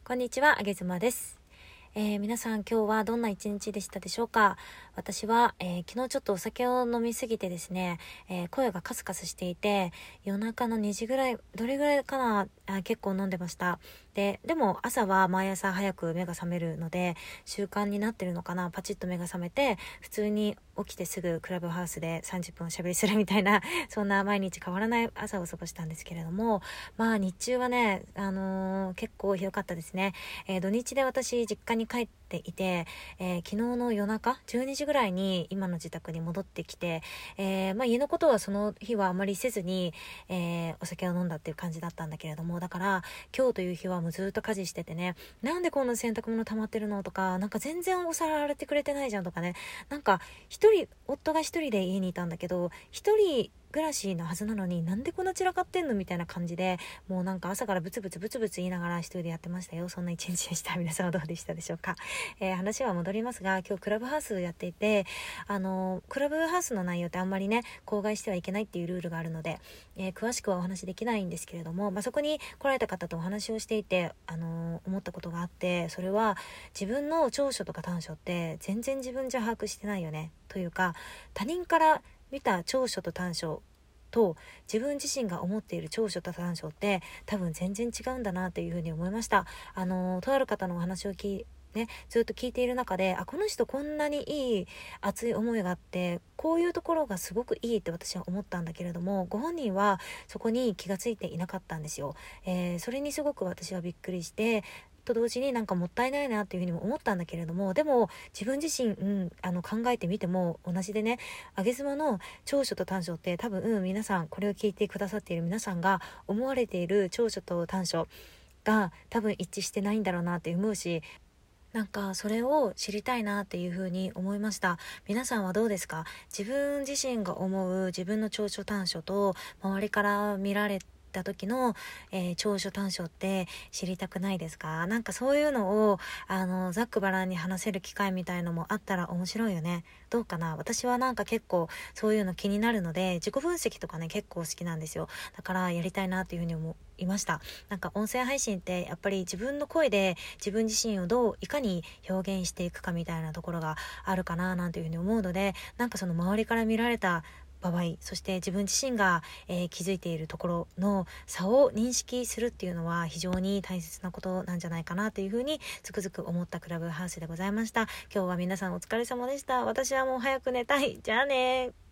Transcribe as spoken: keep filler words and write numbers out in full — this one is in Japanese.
こんにちは、あげずまです。えー、皆さん今日はどんな一日でしたでしょうか。私は、えー、昨日ちょっとお酒を飲みすぎてですね、えー、声がカスカスしていて、夜中のにじぐらい、どれぐらいかな、あ結構飲んでました。で、でも朝は毎朝早く目が覚めるので、習慣になってるのかな、パチッと目が覚めて、普通に起きてすぐクラブハウスでさんじゅっぷんおしゃべりするみたいな、そんな毎日変わらない朝を過ごしたんですけれども、まあ日中はね、あのー、結構ひどかったですね。えー、土日で私実家に帰っていて、えー、昨日の夜中じゅうにじぐらいに今の自宅に戻ってきて、えーまあ、家のことはその日はあまりせずに、えー、お酒を飲んだっていう感じだったんだけれども、だから今日という日はもうずっと家事しててね、なんでこんな洗濯物溜まってるのとか、なんか全然お皿洗ってくれてないじゃんとかね、なんか一人夫が一人で家にいたんだけど、一人暮らしのはずなのになんでこんな散らかってんのみたいな感じで、もうなんか朝からブツブツブツブツ言いながら一人でやってましたよ。そんな一日でした。皆さんはどうでしたでしょうか。えー、話は戻りますが、今日クラブハウスやっていて、あのクラブハウスの内容ってあんまりね口外してはいけないっていうルールがあるので、えー、詳しくはお話できないんですけれども、まあ、そこに来られた方とお話をしていて、あの思ったことがあって、それは自分の長所とか短所って全然自分じゃ把握してないよねというか、他人から見た長所と短所と自分自身が思っている長所と短所って多分全然違うんだなというふうに思いました。あのとある方のお話を聞いね、ずっと聞いている中で、あこの人こんなにいい熱い思いがあって、こういうところがすごくいいって私は思ったんだけれども、ご本人はそこに気がついていなかったんですよ。えー、それにすごく私はびっくりして、と同時になんかもったいないなっていうふうにも思ったんだけれども、でも自分自身、うん、あの考えてみても同じでね、あげ妻の長所と短所って多分、うん、皆さんこれを聞いてくださっている皆さんが思われている長所と短所が多分一致してないんだろうなって思うし、なんかそれを知りたいなっていうふうに思いました。皆さんはどうですか？自分自身が思う自分の長所短所と周りから見られた時の、えー、長所短所って知りたくないですか？なんかそういうのをあのざっくばらんに話せる機会みたいのもあったら面白いよね。どうかな？私はなんか結構そういうの気になるので、自己分析とかね結構好きなんですよ。だからやりたいなっていうふうに思いました。なんか音声配信ってやっぱり自分の声で自分自身をどういかに表現していくかみたいなところがあるかななんていうふうに思うので、なんかその周りから見られた場合、そして自分自身が、えー、気づいているところの差を認識するっていうのは非常に大切なことなんじゃないかなというふうにつくづく思ったクラブハウスでございました。今日は皆さんお疲れ様でした。私はもう早く寝たい。じゃあね。